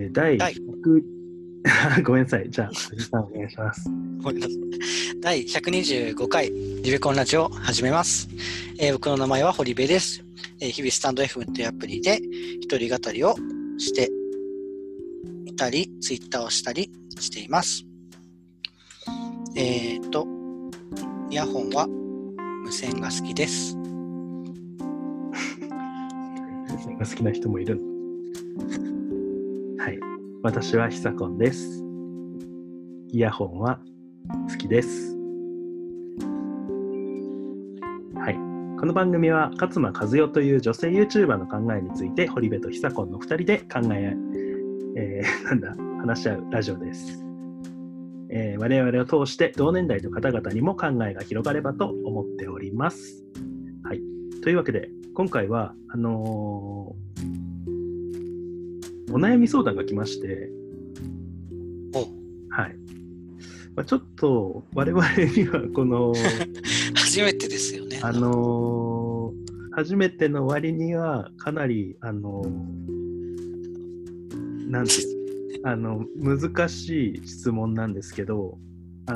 第100ごめんなさい。じゃあ、藤さんお願いします。 第125回リベコンラジオを始めます。僕の名前は堀部です。日々スタンド FM というアプリで一人語りをしていたり、ツイッターをしたりしています。イヤホンは無線が好きです。 無線が好きな人もいる。はい。私はひさこんです。イヤホンは好きです。はい。この番組は勝間和代という女性 YouTuber の考えについて堀部とひさこんの2人で話し合うラジオです。我々を通して同年代の方々にも考えが広がればと思っております。はい。というわけで今回はお悩み相談が来まして、はい。ちょっと我々にはこの初めてですよね。 初めての割にはかなりなんて難しい質問なんですけど、はい、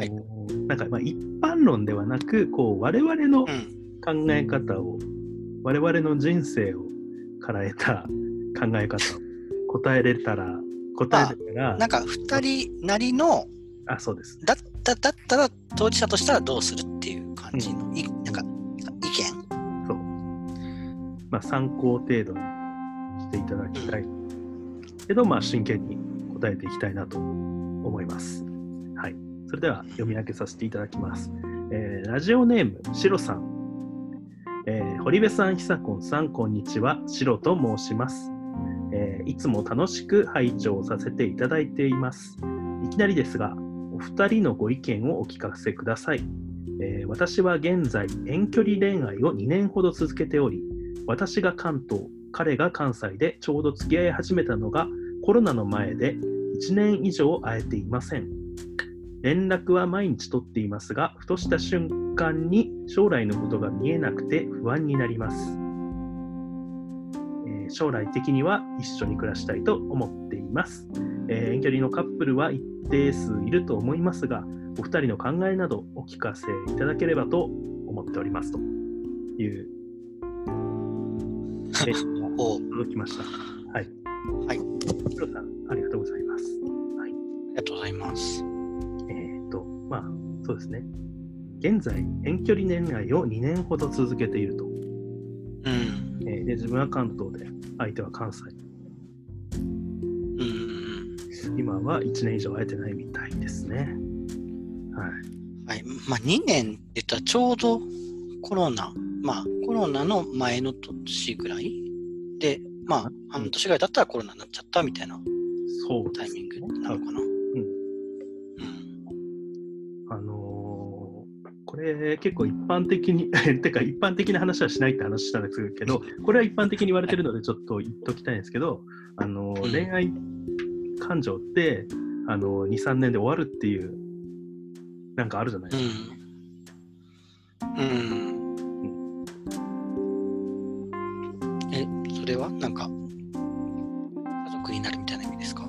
なんか一般論ではなく我々の考え方を、我々の人生をから得た考え方を答えれたらなんか2人なりのそうですだったら当事者としたらどうするっていう感じの、なんか意見、 そう、参考程度にしていただきたいけど、真剣に答えていきたいなと思います。はい。それでは読み上げさせていただきます。ラジオネームシロさん、堀部さん、ひさこんさん、こんにちは。シロと申します。いつも楽しく拝聴させていただいています。いきなりですが、お二人のご意見をお聞かせください。私は現在遠距離恋愛を2年ほど続けており、私が関東、彼が関西でちょうど付き合い始めたのがコロナの前で1年以上会えていません。連絡は毎日取っていますが、ふとした瞬間に将来のことが見えなくて不安になります。将来的には一緒に暮らしたいと思っています。遠距離のカップルは一定数いると思いますが、お二人の考えなどお聞かせいただければと思っておりますというメールが届きました。はい。はい。ヒロさん、ありがとうございます。はい。ありがとうございます。 そうですね。現在、遠距離恋愛を2年ほど続けていると。で、自分は関東で、相手は関西。今は1年以上会えてないみたいですね。 はい。2年って言ったらちょうどコロナの前の年ぐらいで、半年ぐらいだったらコロナになっちゃったみたいなタイミングなのかな。 これ結構一般的にてか一般的な話はしないって話したんですけど、これは一般的に言われてるのでちょっと言っときたいんですけど、恋愛感情って2、3年で終わるっていうなんかあるじゃないですか。 それはなんか家族になるみたいな意味ですか？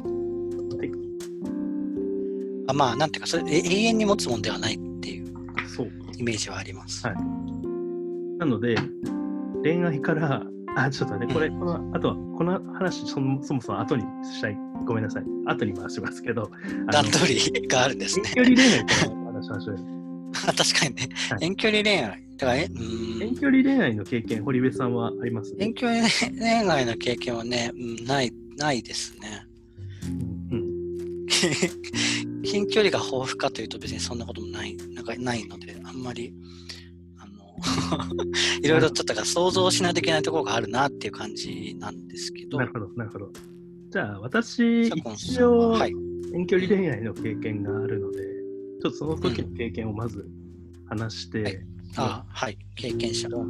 はい。なんていうかそれ永遠に持つもんではないっていうイメージはあります。 はい。なので恋愛からちょっとね、この話そもそも後にしたい。ごめんなさい。後に回しますけど。 段取りがあるんですね。 遠距離恋愛から話しましょうよ。 確かにね。はい、遠距離恋愛。 遠距離恋愛の経験、堀部さんはあります？ 遠距離恋愛の経験はね、ないですね。近距離が豊富かというと別にそんなこともないので、あんまりいろいろちょっと想像しないといけないところがあるなっていう感じなんですけど。 なるほど。じゃあ私一応遠距離恋愛の経験があるので、ちょっとその時の経験をまず話して、 経験者。 や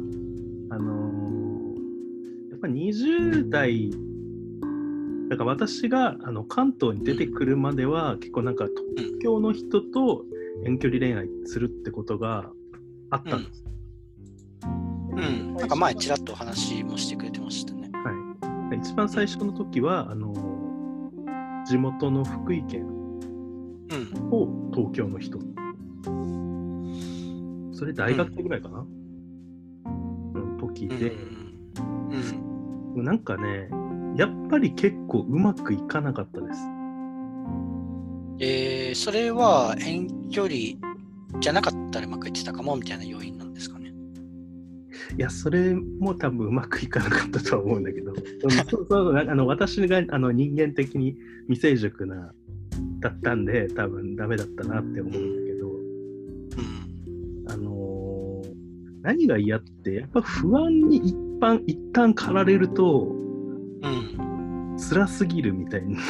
っぱり20代だから私が関東に出てくるまでは、結構なんか東京の人と遠距離恋愛するってことがあったんです。 なんか前ちらっとお話もしてくれてましたね。 はい。一番最初の時は地元の福井県と東京の人。それ大学生ぐらいかな、時で、なんかね、やっぱり結構うまくいかなかったです。それは遠距離じゃなかったらうまくいってたかもみたいな要因なんですかね。 いや、それも多分うまくいかなかったとは思うんだけど、私が人間的に未成熟だったんで、多分ダメだったなって思うんだけど、何が嫌って、やっぱ不安に一旦駆られると、辛すぎるみたいな。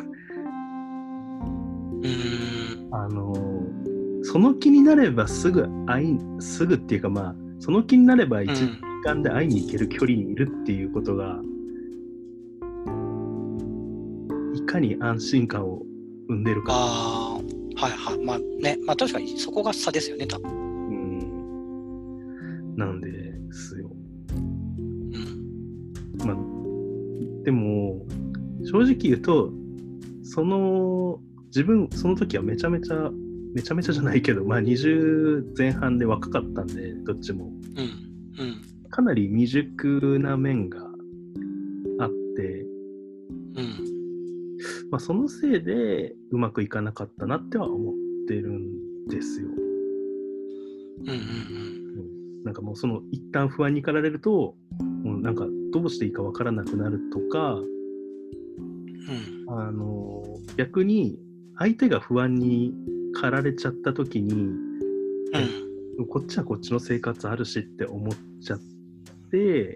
その気になればすぐっていうか、まあその気になれば1時間で会いに行ける距離にいるっていうことが、いかに安心感を生んでるか。 はいはい。まあね、まあ確かにそこが差ですよね、多分。 なんですよ。まあでも正直言うと、自分その時はめちゃめちゃじゃないけど、まあ20前半で若かったんで、どっちも、かなり未熟な面があって、まあそのせいでうまくいかなかったなっては思ってるんですよ。なんかもう一旦不安に駆られると、もうなんかどうしていいかわからなくなるとか、逆に相手が不安に駆られちゃった時に、こっちはこっちの生活あるしって思っちゃって、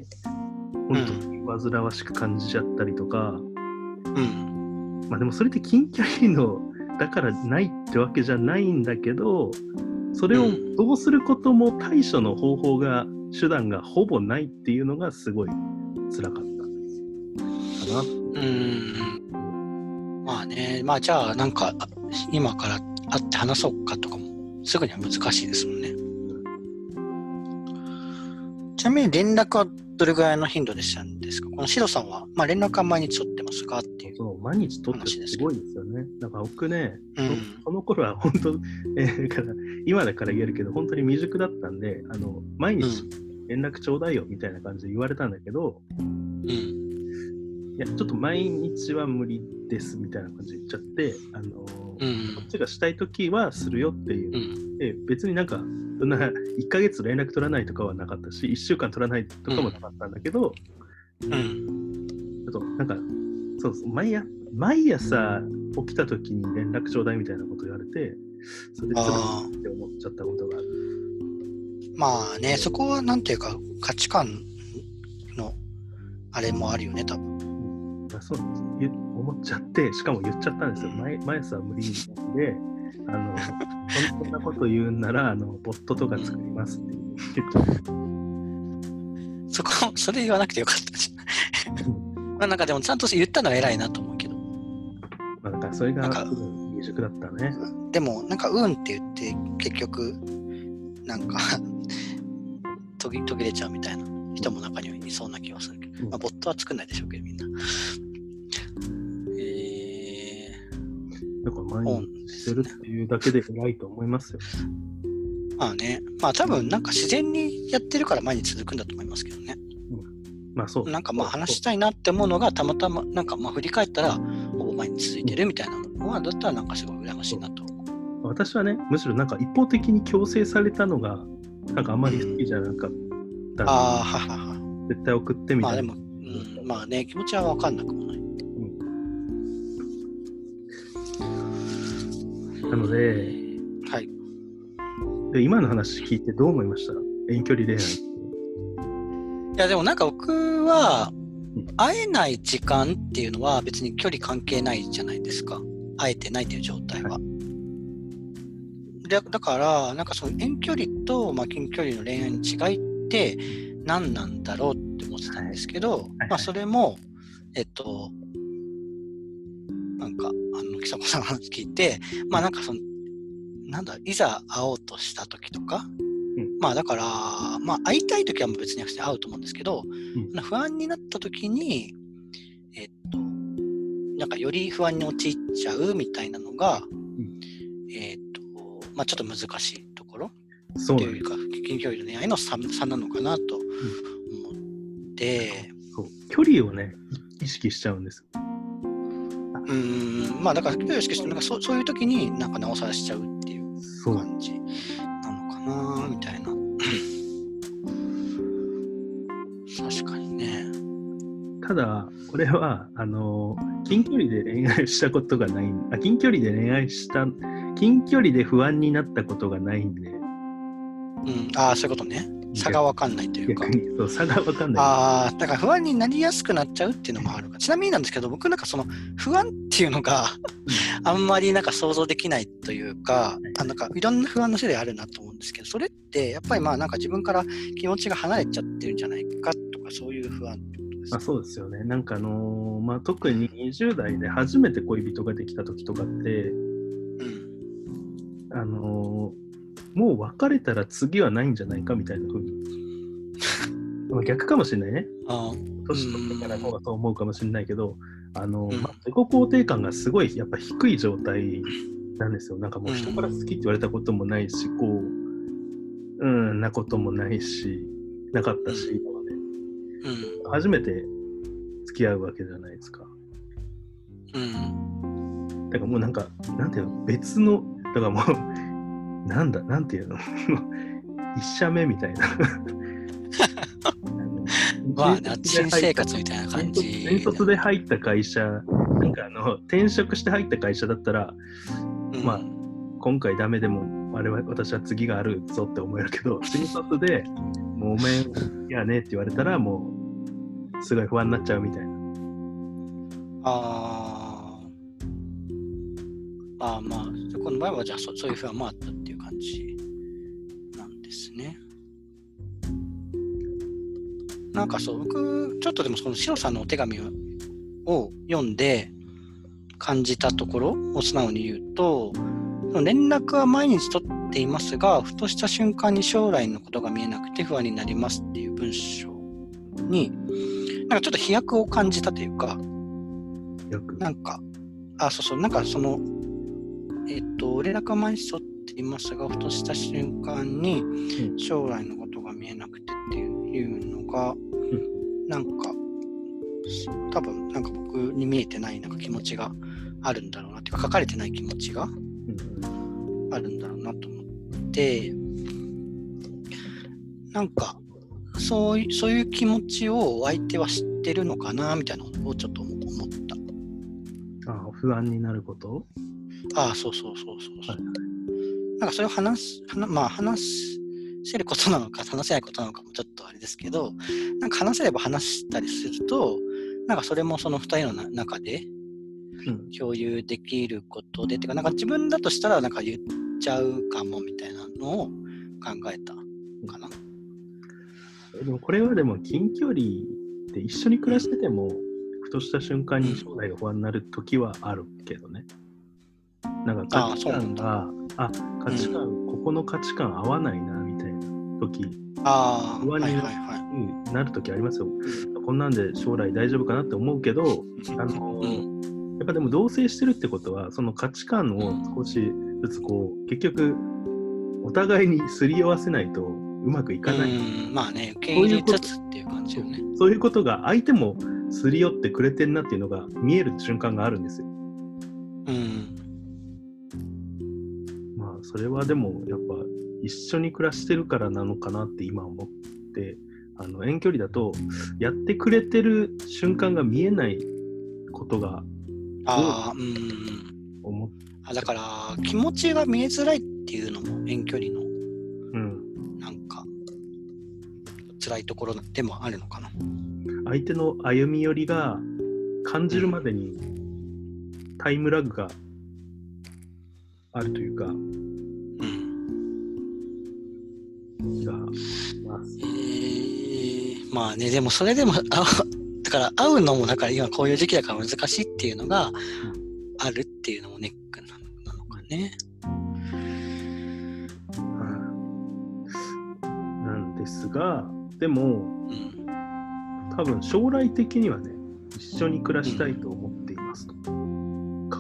本当に煩わしく感じちゃったりとか、まあでもそれって近距離のだからないってわけじゃないんだけど、それをどうすることも対処の手段がほぼないっていうのがすごい辛かったかな。 まあね、まあじゃあなんか今から会って話そうかとかもすぐには難しいですもんね。ちなみに連絡はどれぐらいの頻度でしたんですか？このシロさんは、まあ、連絡は毎日取ってますかっていう。 そう、毎日取ってすごいですよね。なんか僕ね、その頃は本当、今だから言えるけど、本当に未熟だったんで、毎日連絡ちょうだいよみたいな感じで言われたんだけど、いや、ちょっと毎日は無理ですみたいな感じで言っちゃって、こっちがしたいときはするよっていう。で、別になんか、そんな1ヶ月連絡取らないとかはなかったし、1週間取らないとかもなかったんだけど、あとなんか、そう毎朝起きたときに連絡ちょうだいみたいなこと言われて、それでつらいって思っちゃったことがある。 まあね、そこはなんていうか価値観のあれもあるよね、多分。 そう思っちゃって、しかも言っちゃったんですよ。毎朝は無理なんで、そんなこと言うんならボットとか作りますって言っちゃった。 それ言わなくてよかったじゃん。まあなんかでもちゃんと言ったのは偉いなと思うけど。 まあなんかそれが未熟だったね。 でもなんかって言って結局なんか途切れちゃうみたいな人も中にはいそうな気はするけど、まあボットは作んないでしょうけどみんな。 だから毎日してるっていうだけで偉いと思いますよ。 まあね、まあ多分なんか自然にやってるから毎日続くんだと思いますけどね。 まあそう。 なんかまあ話したいなって思うのがたまたまなんかまあ振り返ったらほぼ毎日続いてるみたいなのはだったらなんかすごい羨ましいなと思う。 私はね、むしろなんか一方的に強制されたのがなんかあまり好きじゃなかった。絶対送ってみたいな。 まあでも、まあね、気持ちは分かんなくもない。 なので、 はい。 で今の話聞いてどう思いました？遠距離恋愛。 いやでもなんか僕は会えない時間っていうのは別に距離関係ないじゃないですか。会えてないという状態は。だからなんかその遠距離と、まあ、近距離の恋愛の違いって何なんだろうって思ってたんですけど、まあそれもなんか木迫さんの話聞いて、まあなんかいざ会おうとした時とか、まあだからまあ会いたい時は別に会うと思うんですけど、不安になった時になんかより不安に陥っちゃうみたいなのが、まあちょっと難しいところそうなんというか、近距離の恋愛の差なのかなと思って、 そう距離をね、意識しちゃうんです。 まあだから距離を意識して、なんかそういう時になんかなおさらしちゃうっていう感じなのかなみたいな。確かにね。 ただ、これは、近距離で恋愛したことがない、近距離で恋愛した、近距離で不安になったことがないんで。 ああ、そういうことね。差が分かんないというか。 逆にそう、差が分かんない。 ああ、だから不安になりやすくなっちゃうっていうのもあるか。ちなみになんですけど、僕なんかその不安っていうのがあんまりなんか想像できないというか、なんかいろんな不安の種類あるなと思うんですけど、それってやっぱりまあなんか自分から気持ちが離れちゃってるんじゃないかとか、そういう不安ってことですか。 そうですよね。なんか特に20代で初めて恋人ができた時とかって、もう別れたら次はないんじゃないかみたいな風に逆かもしれないね。年取ってからの方がそう思うかもしれないけど、自己肯定感がすごいやっぱ低い状態なんですよ。なんかもう人から好きって言われたこともないし、なこともないし、なかったし、初めて付き合うわけじゃないですか。だからもうなんていうの、別の、だからもう、なんていうの一社目みたいなまあ、新生活みたいな感じ。 新卒で入った会社、なんか転職して入った会社だったら、まあ、今回ダメでも、私は次があるぞって思えるけど、新卒でもうおめんやねって言われたら、もう、すごい不安になっちゃうみたいな。 まあ、この場合はじゃあそういう不安もあったっていう感じなんですね。なんかそう、僕、ちょっとでもそのシロさんのお手紙を読んで感じたところを素直に言うと、連絡は毎日取っていますが、ふとした瞬間に将来のことが見えなくて不安になりますっていう文章に、なんかちょっと飛躍を感じたというか、なんか、なんかその、連絡は毎日取っていますが、ふとした瞬間に将来のことが見えなくてっていうのが、なんか、多分なんか僕に見えてないなんか気持ちがあるんだろうなっていうか、書かれてない気持ちがあるんだろうなと思って、なんかそういう気持ちを相手は知ってるのかなみたいなのをちょっと思った。 不安になること？ そう。なんかそれを話せることなのか話せないことなのかもちょっとあれですけど、なんか話せれば話したりすると、なんかそれもその2人の中で共有できることで、っていうか、なんか自分だとしたらなんか言っちゃうかもみたいなのを考えたかな。 でもこれはでも近距離で一緒に暮らしてても、ふとした瞬間に将来が不安になる時はあるけどね。なんか価値観が、ここの価値観合わないなみたいな時、不安になる時ありますよ。こんなんで将来大丈夫かなって思うけど、やっぱでも同棲してるってことは、その価値観を少しずつ結局お互いにすり合わせないとうまくいかない。 まあね、受け入れつつっていう感じよね。 そういうことが相手もすり寄ってくれてるなっていうのが見える瞬間があるんですよ。まあそれはでもやっぱ一緒に暮らしてるからなのかなって今思って、遠距離だとやってくれてる瞬間が見えないことがだから気持ちが見えづらいっていうのも遠距離のなんか辛いところでもあるのかな。 相手の歩み寄りが感じるまでにタイムラグがあるというか、 まあね、でもそれでもだから会うのもだから今こういう時期だから難しいっていうのがあるっていうのもネックなのかね。 なんですが、でも、多分将来的にはね、一緒に暮らしたいと思っていますと。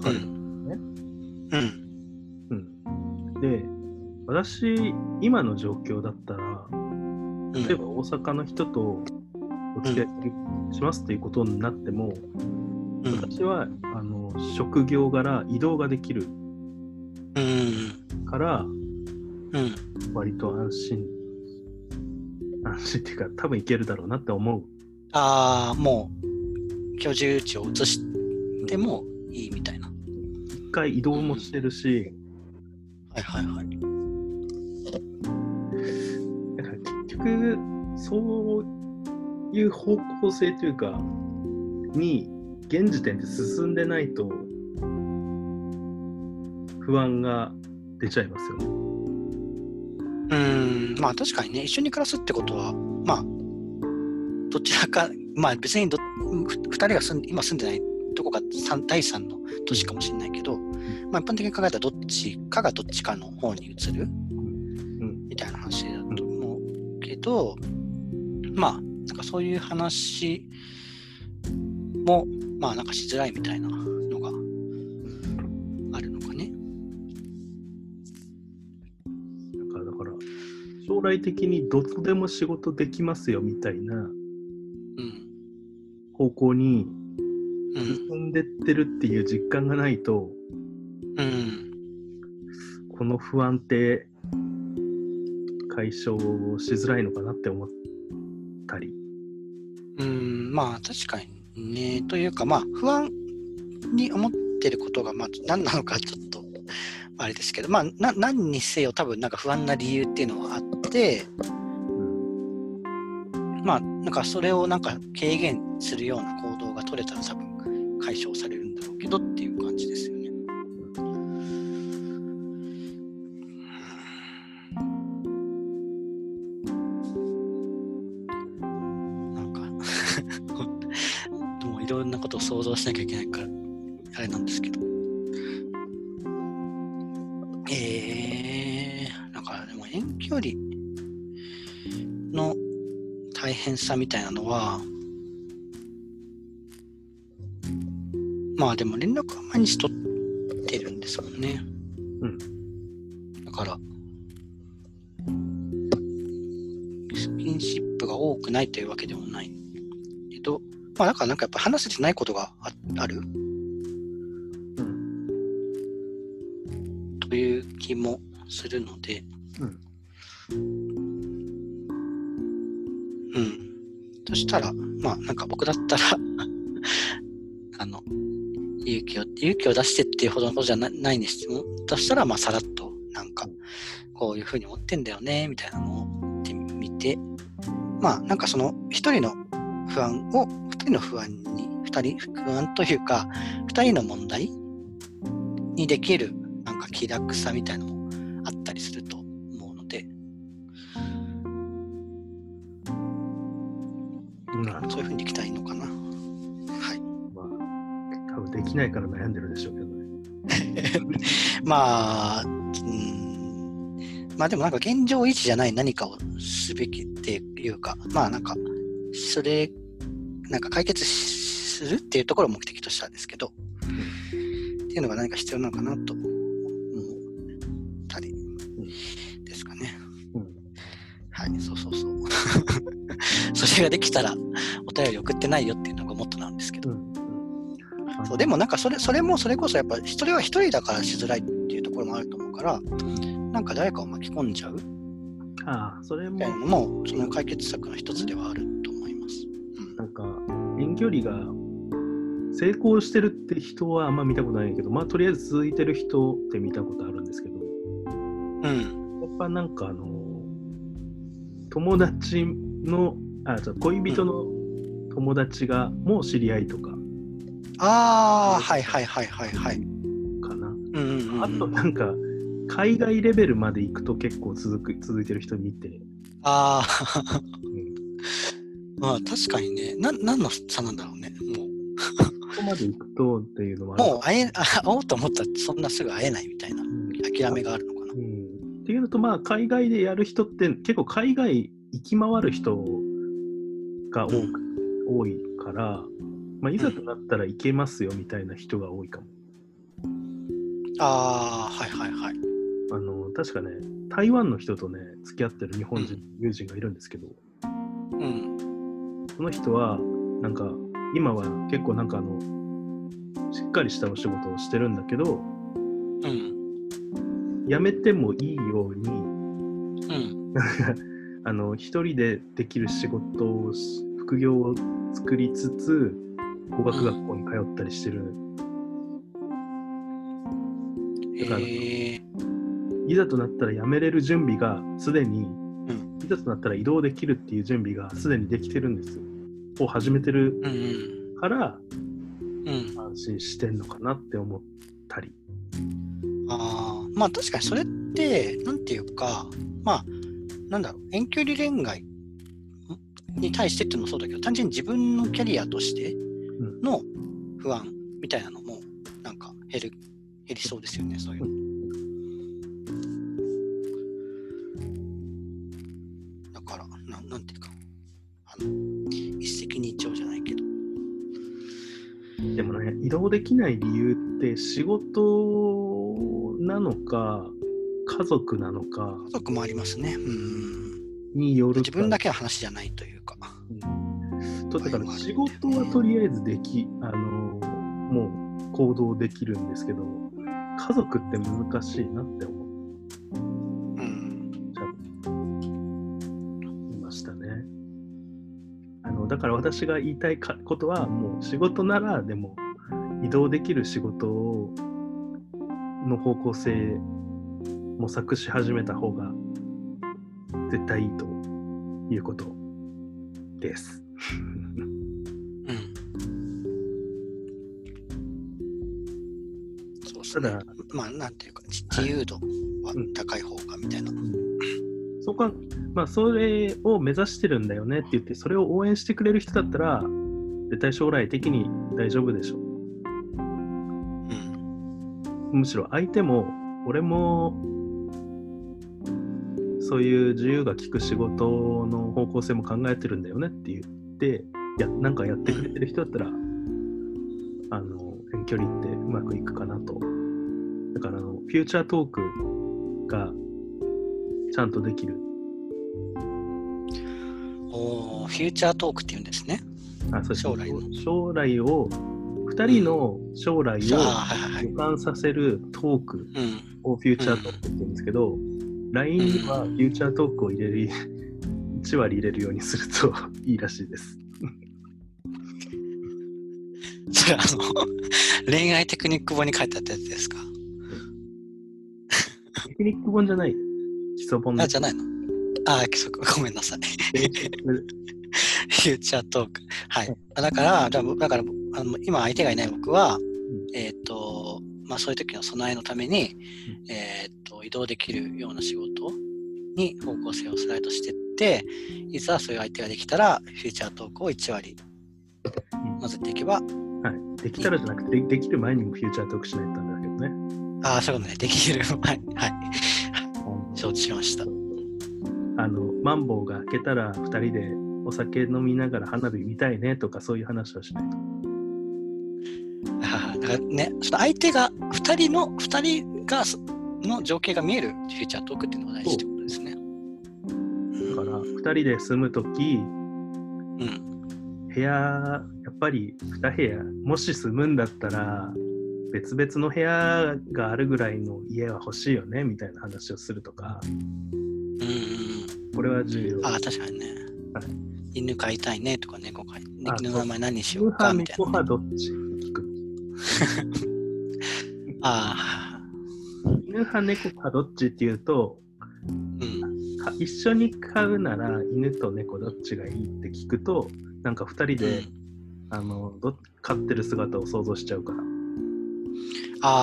かるんですね。 うん。 で、私、今の状況だったら、例えば大阪の人とお付き合いしますっていうことになっても、私は職業柄移動ができるから、割と安心っていうか、多分いけるだろうなって思う。 ああ、もう居住地を移してもいいみたいな。 一回移動もしてるし、 はいはいはい。 だから結局そういう方向性というかに現時点で進んでないと不安が出ちゃいますよね。 まあ確かにね、一緒に暮らすってことは、まあどちらか、まあ別に2人が今住んでないどこか第3の都市かもしれないけど、まあ一般的に考えたらどっちかがどっちかの方に移るみたいな話だと思うけど、まあなんかそういう話もまあなんかしづらいみたいなのがあるのかね。 だから将来的にどこでも仕事できますよみたいな方向に進んでってるっていう実感がないと、この不安って解消しづらいのかなって思ったり。 まあ確かにね、というかまあ不安に思ってることがまあ何なのかちょっとあれですけど、まあ何にせよ多分なんか不安な理由っていうのはあって、まあなんかそれをなんか軽減するような行動が取れたら多分解消されるんだろうけどっていう感じですよね。なんかもういろんなことを想像しなきゃいけないからあれなんですけど、なんかでも遠距離の大変さみたいなのは、まあでも連絡は毎日取ってるんですもんね。だからスキンシップが多くないというわけでもないけど、まあだからなんかやっぱ話せてないことがある、という気もするので、そしたらまあなんか僕だったら勇気を出してっていうほどのことじゃないにしても、としたらまあさらっとなんかこういうふうに思ってんだよねみたいなのを言ってみて、まあなんかその一人の不安というか二人の問題にできるなんか気楽さみたいなのもあったりすると思うので、そういうふうにいきたいのかな。はい。 まあ多分できないから悩んでるでしょうけどね。 まあ、まあでもなんか現状維持じゃない何かをすべきっていうか、まあなんかそれなんか解決するっていうところを目的としたんですけど、っていうのが何か必要なのかなと思ったりですかね。はい、そうそうそうそれができたらお便り送ってないよっていうのがモットーなんですけど、そうでもなんかそれもそれこそやっぱ一人は一人だからしづらいっていうところもあると思うから、なんか誰かを巻き込んじゃうそれもその解決策の一つではあると思います。 なんか遠距離が成功してるって人はあんま見たことないけど、まあとりあえず続いてる人って見たことあるんですけど、やっぱなんか友達の恋人の友達がもう知り合いとか、 はいはいはいはいはいかな。あとなんか海外レベルまで行くと結構続いてる人見て、 まあ確かにね、何の差なんだろうね。もうここまで行くとっていうのもある。 もう会おうと思ったらそんなすぐ会えないみたいな諦めがあるのかな。 っていうのと、まあ海外でやる人って結構海外行き回る人が多いから、まあ、いざとなったら行けますよみたいな人が多いかも。 ああ、はいはいはい。 確かね、台湾の人とね、付き合ってる日本人、友人がいるんですけど、 うん。 その人は、なんか、今は結構なんかしっかりしたお仕事をしてるんだけど、 うん。 辞めてもいいように、 うん。 一人でできる仕事を副業を作りつつ語学学校に通ったりしてる。だからいざとなったら辞めれる準備がすでに、いざとなったら移動できるっていう準備がすでにできてるんですよ。を始めてるから、安心してんのかなって思ったり。 まあ確かにそれってなんていうか、まあなんだろう、遠距離恋愛に対してっていうのもそうだけど、単純に自分のキャリアとしての不安みたいなのもなんか減りそうですよね、そういうの。だからなんていうか、一石二鳥じゃないけど。 でもね、移動できない理由って仕事なのか家族なのか。 家族もありますね。 によるか。 自分だけの話じゃないというか。 だから仕事はとりあえずもう行動できるんですけど、家族って難しいなって思う。いましたね。だから私が言いたいことは、もう仕事ならでも移動できる仕事の方向性模索し始めた方が絶対いいということです。 そうですね。まあなんていうか自由度は高い方がみたいな。 そこはまあそれを目指してるんだよねって言って、それを応援してくれる人だったら絶対将来的に大丈夫でしょう。むしろ相手も俺もそういう自由が利く仕事の方向性も考えてるんだよねって言ってなんかやってくれてる人だったら、遠距離ってうまくいくかなと。だからフューチャートークがちゃんとできる。 フューチャートークって言うんですね。将来を2人の将来を予感させるトークをフューチャートークって言うんですけど、LINE にはフューチャートークを1割入れるようにするといいらしいです。 それ恋愛テクニック本に書いてあったやつですか？ テクニック本じゃない。基礎本じゃないの？基礎、ごめんなさい。フューチャートーク。はい。だから今相手がいない僕は、まあそういう時の備えのために、移動できるような仕事に方向性をスライドしていって、いざそういう相手ができたら、フューチャートークを1割混ぜていけば、 できたらじゃなくて、できる前にもフューチャートークしないとダメだけどね。 そういうことね。できる前。はい。承知しました。 マンボウが開けたら2人でお酒飲みながら花火見たいねとかそういう話をしないと。 だからね、その相手が2人がの情景が見えるフューチャートークっていうのが大事ってことですね。 だから2人で住むとき、部屋やっぱり2部屋もし住むんだったら別々の部屋があるぐらいの家は欲しいよねみたいな話をするとか。これは重要。 確かにね。犬飼いたいねとか猫飼い。犬の名前何にしようかみたいな。 犬派どっち聞く。犬派猫派どっちっていうと、一緒に飼うなら犬と猫どっちがいいって聞くと、なんか2人で、飼ってる姿を想像しちゃうから。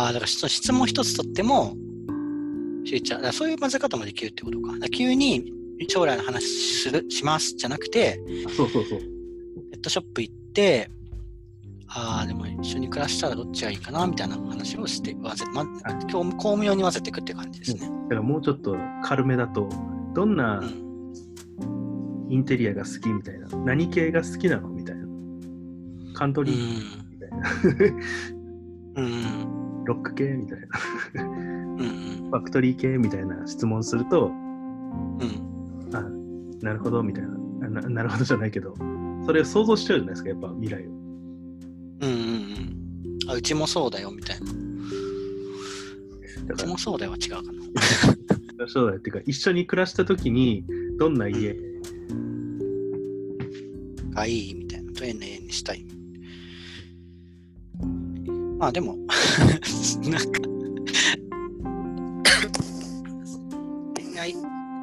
だから質問一つとってもフューチャー、そういう混ぜ方もできるってことか。急に将来の話しますじゃなくて、 そう。 ペットショップ行って、でも一緒に暮らしたらどっちがいいかなみたいな話をして巧妙に混ぜていくって感じですね。 だからもうちょっと軽めだと、どんなインテリアが好きみたいな、何系が好きなのみたいな、カントリーみたいな。 ロック系みたいなうんうんファクトリー系みたいな質問すると、 うんあ、なるほどみたいな、なるほどじゃないけど、それを想像しちゃうじゃないですか、やっぱ未来を。 あ、うちもそうだよみたいな。うちだからもそうだよは違うかな。 そうだよっていうか、一緒に暮らした時にどんな家、 がいいみたいな。どういう家にしたい。まあでも、なんか、恋愛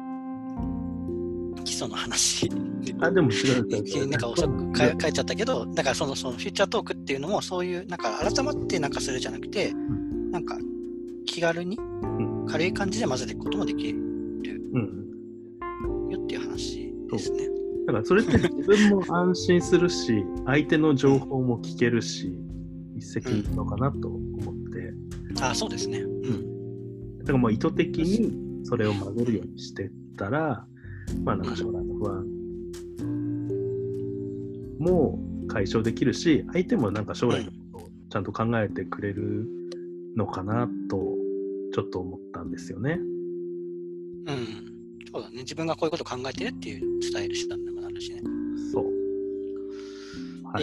基礎の話。 あ、でも違うなんか遅く書いちゃったけど、だからそのフューチャートークっていうのもそういうなんか改まってなんかするじゃなくて、なんか気軽に軽い感じで混ぜていくこともできるよっていう話ですね。 だからそれって自分も安心するし、相手の情報も聞けるし、一石二鳥のかなと思って。 あ、そうですね。 だからもう意図的にそれを混ぜるようにしてったら、まあなんか将来の不安も解消できるし、相手もなんか将来のことをちゃんと考えてくれるのかなとちょっと思ったんですよね。 そうだね。自分がこういうこと考えてるっていう伝える手段でもなるしね。 そう。はい。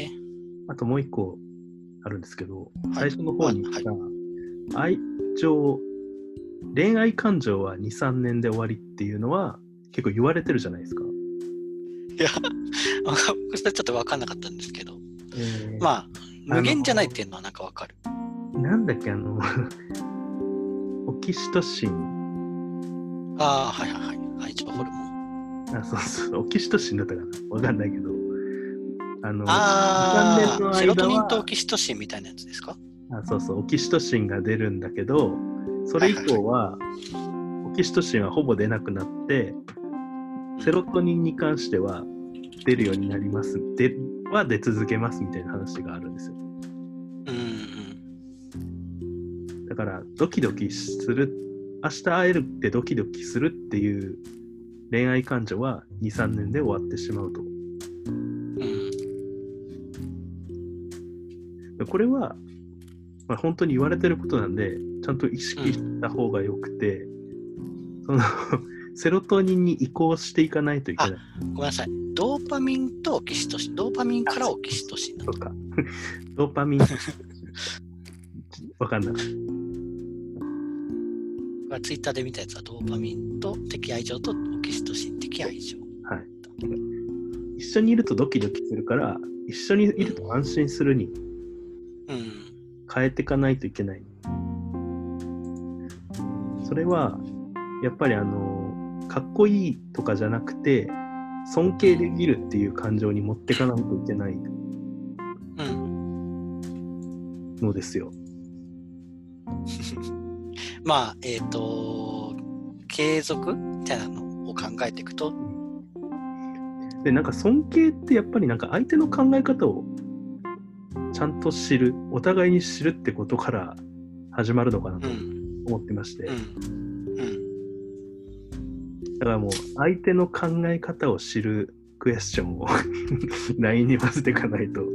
あともう一個あるんですけど、最初の方に言った愛情、恋愛感情は2、3年で終わりっていうのは結構言われてるじゃないですか。 いや、それちょっと分かんなかったんですけど、まあ、無限じゃないっていうのはなんか分かる。 なんだっけ、オキシトシン。 ああ、はいはいはい。愛情ホルモン。 あ、そうそう、オキシトシンだったかな、わかんないけど。 セロトニンとオキシトシンみたいなやつですか？ あ、そうそう、オキシトシンが出るんだけど、それ以降は、オキシトシンはほぼ出なくなって、セロトニンに関しては出るようになります。出続けますみたいな話があるんですよ。だから、ドキドキする、明日会えるってドキドキするっていう恋愛感情は2、3年で終わってしまうと。これは、まあ、本当に言われてることなんで、ちゃんと意識した方がよくて、そのセロトニンに移行していかないといけない。 ごめんなさい。ドーパミンとオキシトシン。ドーパミンからオキシトシン。 そうか。ドーパミン。わかんない。 ツイッターで見たやつはドーパミンと的愛情とオキシトシン的愛情。 はい。一緒にいるとドキドキするから、一緒にいると安心するに変えていかないといけない。それはやっぱりかっこいいとかじゃなくて、尊敬できるっていう感情に持っていかないといけないのですよ。 まあ、継続みたいなのを考えていくと。 で、なんか尊敬ってやっぱりなんか相手の考え方をちゃんと知る、お互いに知るってことから始まるのかなと思ってまして。だからもう相手の考え方を知るクエスチョンをLINE に混ぜていかないと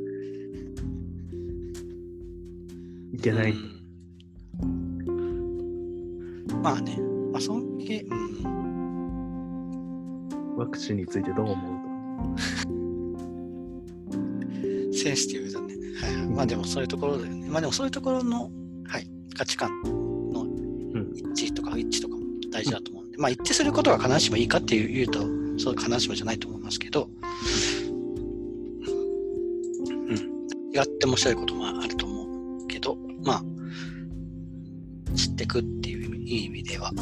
いけない。 まあね、まあ、尊敬、 ワクチンについてどう思うと。センシティブだね。はいはい。まあでもそういうところだよね。まあでもそういうところの、はい、価値観の一致とか不一致とかも大事だと思うんで、まあ一致することが必ずしもいいかっていうと、そう必ずしもじゃないと思いますけど、違って面白いこともあると思うけど、まあ、知っていくっていういい意味では、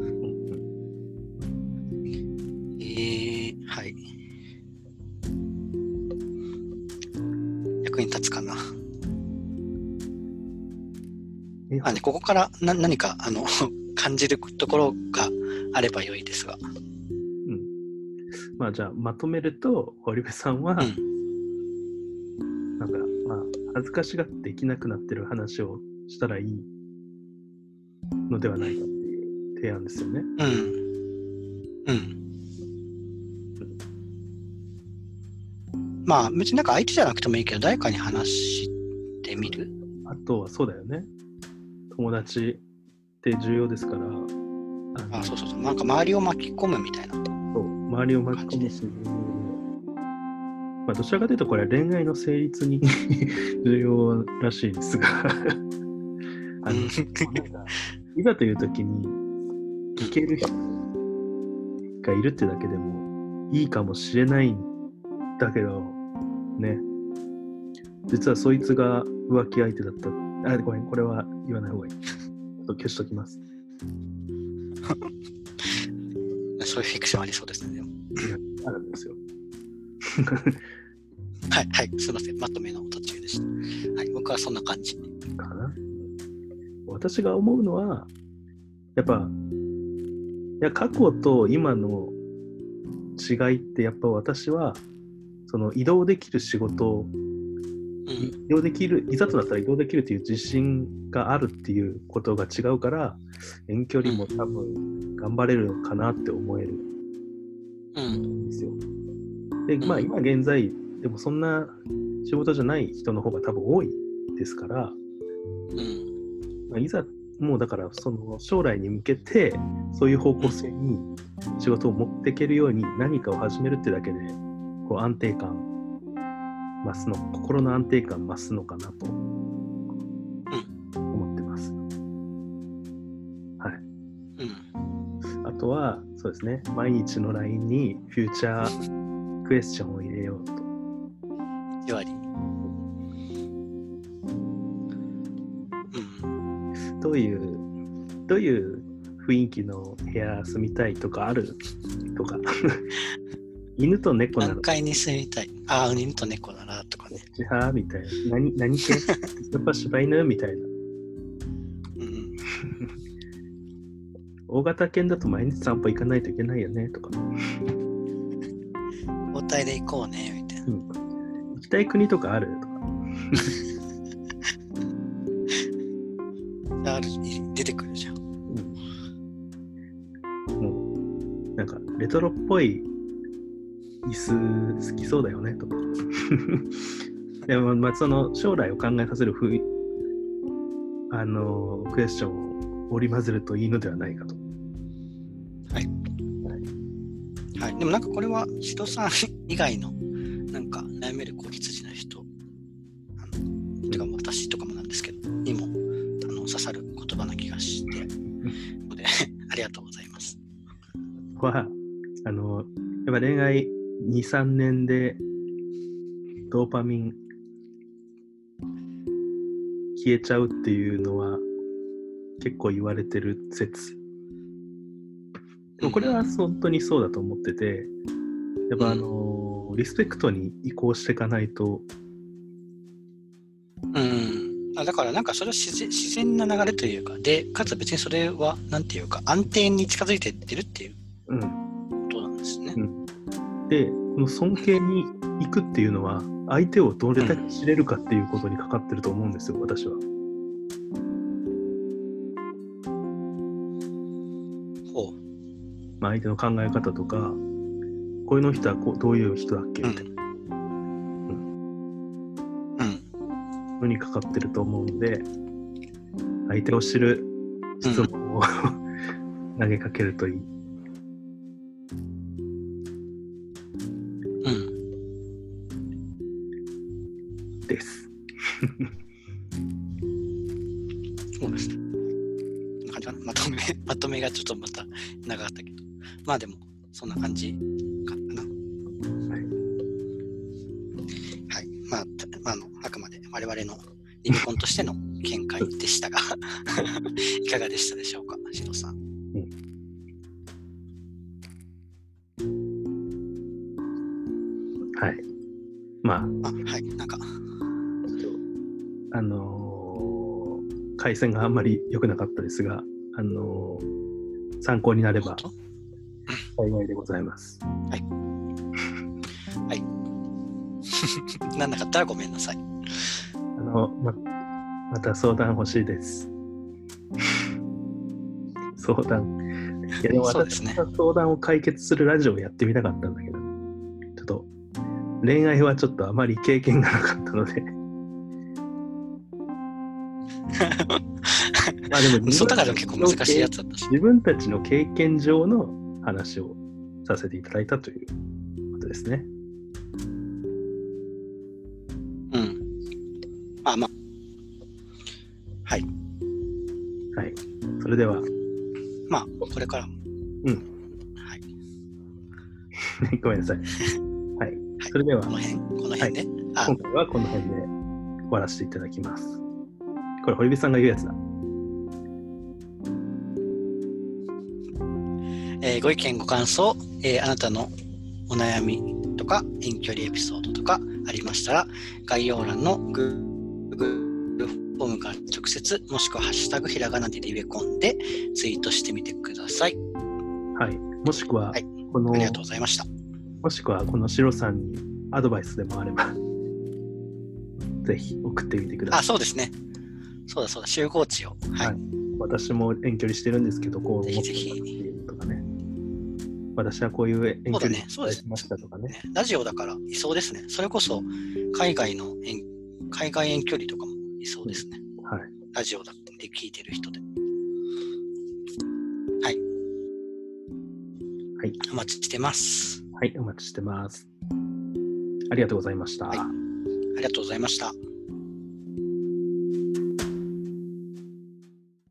はい。役に立つかな。ね、ここから何か感じるところがあれば良いですが。 まあじゃあまとめると、堀部さんは、なんかまあ恥ずかしがってできなくなってる話をしたらいいのではないかっていう提案ですよね。まあ別になんか相手じゃなくてもいいけど、誰かに話してみる。 あことはそうだよね。友達って重要ですから。 そうそうそう。なんか周りを巻き込むみたいな。 そう、周りを巻き込むし、どちらかというとこれは恋愛の成立に重要らしいですがいざという時に行ける人がいるってだけでもいいかもしれないんだけどね、実はそいつが浮気相手だった。ごめん、これは言わない方がいい。ちょっと消しときます。 そういうフィクションありそうですね。 あるんですよ。 はい、はい、すみません。まとめの途中でした。はい、僕はそんな感じ。 かな。私が思うのは、やっぱ、過去と今の違いってやっぱ私はその移動できる仕事を、移動できる、いざとなったら移動できるという自信があるっていうことが違うから遠距離も多分頑張れるのかなって思えるんですよ。で、今現在でもそんな仕事じゃない人の方が多分多いですから、いざもうだからその将来に向けてそういう方向性に仕事を持っていけるように何かを始めるってだけでこう安定感増すの、心の安定感増すのかなと思ってます。はい。あとはそうですね、毎日の LINE にフューチャークエスチョンを入れようと。 1割。 どういう雰囲気の部屋住みたいとかあるとか犬と猫なら何階に住みたい、犬と猫ならとかね、 みたいな、何系やっぱ柴犬みたいな、大型犬だと毎日散歩行かないといけないよねとか、 交代で行こうねみたいな、 行きたい国とかあるとか出てくるじゃん。 もうなんかレトロっぽい椅子好きそうだよねとかでもその将来を考えさせるクエスチョンを織り交ぜるといいのではないかと。 はい、はい、でもなんかこれは人さん以外のなんか悩める子羊の人てか私とかもなんですけどにも刺さる言葉な気がしてのでありがとうございます。 やっぱ恋愛 2,3 年でドーパミン消えちゃうっていうのは結構言われてる説。でもこれは本当にそうだと思ってて、やっぱリスペクトに移行していかないと。 だからなんかそれは自然な流れというかで、かつ別にそれはなんていうか安定に近づいていってるっていうことなんですね。 で、この尊敬に行くっていうのは相手をどれだけ知れるかっていうことにかかってると思うんですよ、私は。相手の考え方とか、こういうの人はどういう人だっけみたいなのにかかってると思うんで、相手を知る質問を投げかけるといい。です。 そうですね。まとめがちょっとまた長かったけど、まあでもそんな感じかな。はい。はい。あくまで我々のリモコンとしての見解でしたがいかがでしたでしょうか、シロさん。 はい。 はい、なんか回線があんまり良くなかったですが、参考になれば幸いでございます。 はい。はい。なんなかったらごめんなさい。 また相談欲しいです。相談。いやでも私は相談を解決するラジオをやってみたかったんだけど、ちょっと恋愛はちょっとあまり経験がなかったので。 まあでもその中でも結構難しいやつだったし。 自分たちの経験上の話をさせていただいたということですね。 うん。まあまあ。はい。 はい。それでは。 まあ、これからも。 うん。 はい。 ごめんなさい。はい。それでは、 この辺で、 今回はこの辺で終わらせていただきます。これ、堀部さんが言うやつだ。 ご意見ご感想、あなたのお悩みとか遠距離エピソードとかありましたら、概要欄の Google フォームから直接、もしくはハッシュタグひらがなでリベコンでツイートしてみてください。 はい。もしくは、 ありがとうございました。 もしくはこのシロさんにアドバイスでもあればぜひ送ってみてください。 そうですね。そうだ、集合値を。はい。 私も遠距離してるんですけど、こう思ってますっていうとかね。私はこういう遠距離しましたとかね。 ラジオだからいそうですね。それこそ海外遠距離とかもいそうですね。 はい。 ラジオだって聞いてる人で。はい。 はい。 お待ちしてます。 はい、お待ちしてます。ありがとうございました。 はい、ありがとうございました。